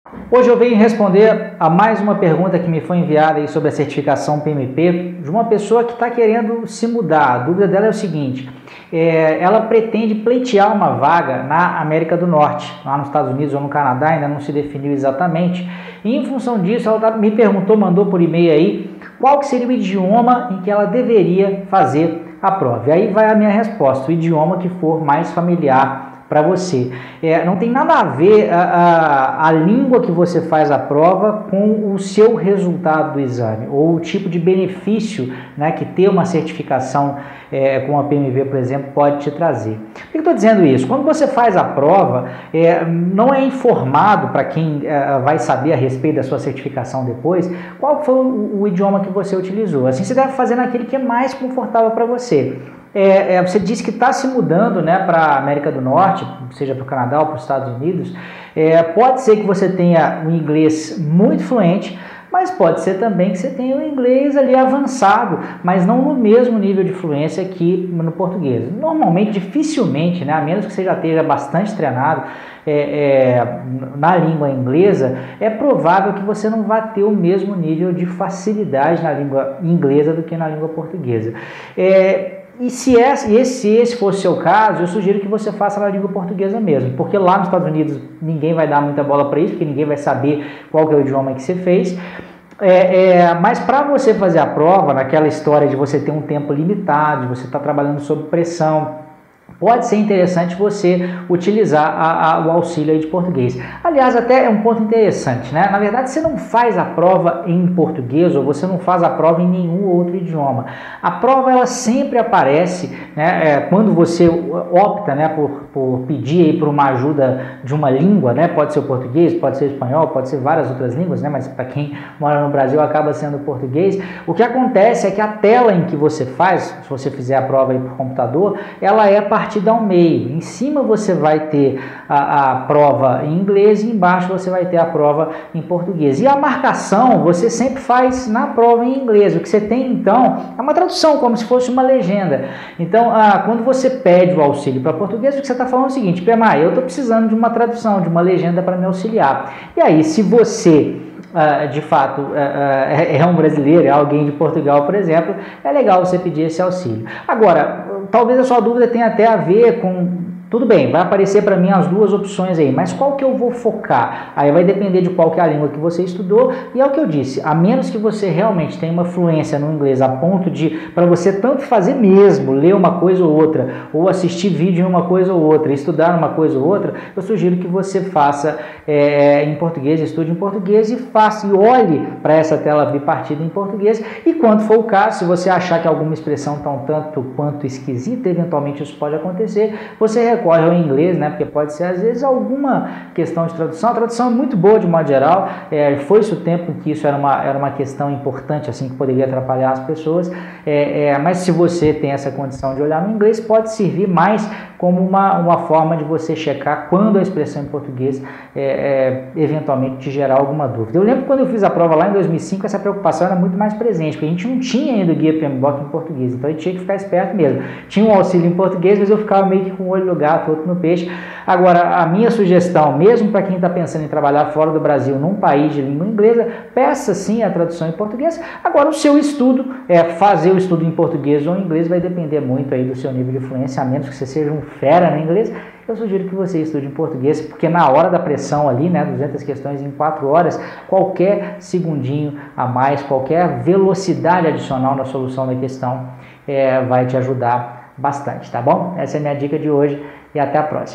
Hoje eu venho responder a mais uma pergunta que me foi enviada aí sobre a certificação PMP de uma pessoa que está querendo se mudar. A dúvida dela é o seguinte: ela pretende pleitear uma vaga na América do Norte, lá nos Estados Unidos ou no Canadá, ainda não se definiu exatamente. E em função disso, ela me perguntou, mandou por e-mail aí, qual que seria o idioma em que ela deveria fazer a prova. E aí vai a minha resposta: o idioma que for mais familiar para você. Não tem nada a ver a língua que você faz a prova com o seu resultado do exame, ou o tipo de benefício, né, que ter uma certificação com a PMP, por exemplo, pode te trazer. Por que eu estou dizendo isso? Quando você faz a prova, não é informado para quem vai saber a respeito da sua certificação depois, qual foi o idioma que você utilizou. Assim, você deve fazer naquele que é mais confortável para você. Você disse que está se mudando, né, para a América do Norte, seja para o Canadá ou para os Estados Unidos. Pode ser que você tenha um inglês muito fluente, mas pode ser também que você tenha um inglês ali avançado, mas não no mesmo nível de fluência que no português. Normalmente, dificilmente, né, a menos que você já esteja bastante treinado na língua inglesa, é provável que você não vá ter o mesmo nível de facilidade na língua inglesa do que na língua portuguesa. E se esse for o seu caso, eu sugiro que você faça na língua portuguesa mesmo, porque lá nos Estados Unidos ninguém vai dar muita bola para isso, porque ninguém vai saber qual que é o idioma que você fez. Mas para você fazer a prova, naquela história de você ter um tempo limitado, de você estar trabalhando sob pressão, pode ser interessante você utilizar o auxílio aí de português. Aliás, até é um ponto interessante, né? Na verdade, você não faz a prova em português ou você não faz a prova em nenhum outro idioma. A prova, ela sempre aparece, né, quando você opta, né, por pedir aí por uma ajuda de uma língua, né? Pode ser o português, pode ser o espanhol, pode ser várias outras línguas, né? Mas para quem mora no Brasil acaba sendo o português. O que acontece é que a tela em que você faz, se você fizer a prova aí por computador, ela é partida ao meio. Em cima você vai ter a prova em inglês e embaixo você vai ter a prova em português. E a marcação você sempre faz na prova em inglês. O que você tem então é uma tradução, como se fosse uma legenda. Então, quando você pede o auxílio para português, o que você está falando é o seguinte: PMA, eu estou precisando de uma tradução, de uma legenda para me auxiliar. E aí, se você de fato é um brasileiro, é alguém de Portugal, por exemplo, é legal você pedir esse auxílio. Agora, talvez a sua dúvida tenha até a ver com... Tudo bem, vai aparecer para mim as duas opções aí, mas qual que eu vou focar? Aí vai depender de qual que é a língua que você estudou, e é o que eu disse, a menos que você realmente tenha uma fluência no inglês a ponto de, para você tanto fazer mesmo, ler uma coisa ou outra, ou assistir vídeo em uma coisa ou outra, estudar uma coisa ou outra, eu sugiro que você faça em português, estude em português e faça, e olhe para essa tela bipartida em português, e quando for o caso, se você achar que alguma expressão está um tanto quanto esquisita, eventualmente isso pode acontecer, você recorre ao inglês, né? Porque pode ser às vezes alguma questão de tradução. A tradução é muito boa de modo geral. Foi-se o tempo que isso era uma questão importante, assim, que poderia atrapalhar as pessoas. Mas se você tem essa condição de olhar no inglês, pode servir mais como uma forma de você checar quando a expressão em português eventualmente te gerar alguma dúvida. Eu lembro quando eu fiz a prova lá em 2005, essa preocupação era muito mais presente, porque a gente não tinha ainda o guia PMBOK em português, então a gente tinha que ficar esperto mesmo. Tinha um auxílio em português, mas eu ficava meio que com o olho no gato, outro no peixe. Agora, a minha sugestão, mesmo para quem está pensando em trabalhar fora do Brasil, num país de língua inglesa, peça sim a tradução em português. Agora, o seu estudo, fazer o estudo em português ou em inglês, vai depender muito aí do seu nível de fluência, a menos que você seja um fera no inglês. Eu sugiro que você estude em português, porque na hora da pressão ali, né, 200 questões em 4 horas, qualquer segundinho a mais, qualquer velocidade adicional na solução da questão vai te ajudar bastante, tá bom? Essa é a minha dica de hoje e até a próxima.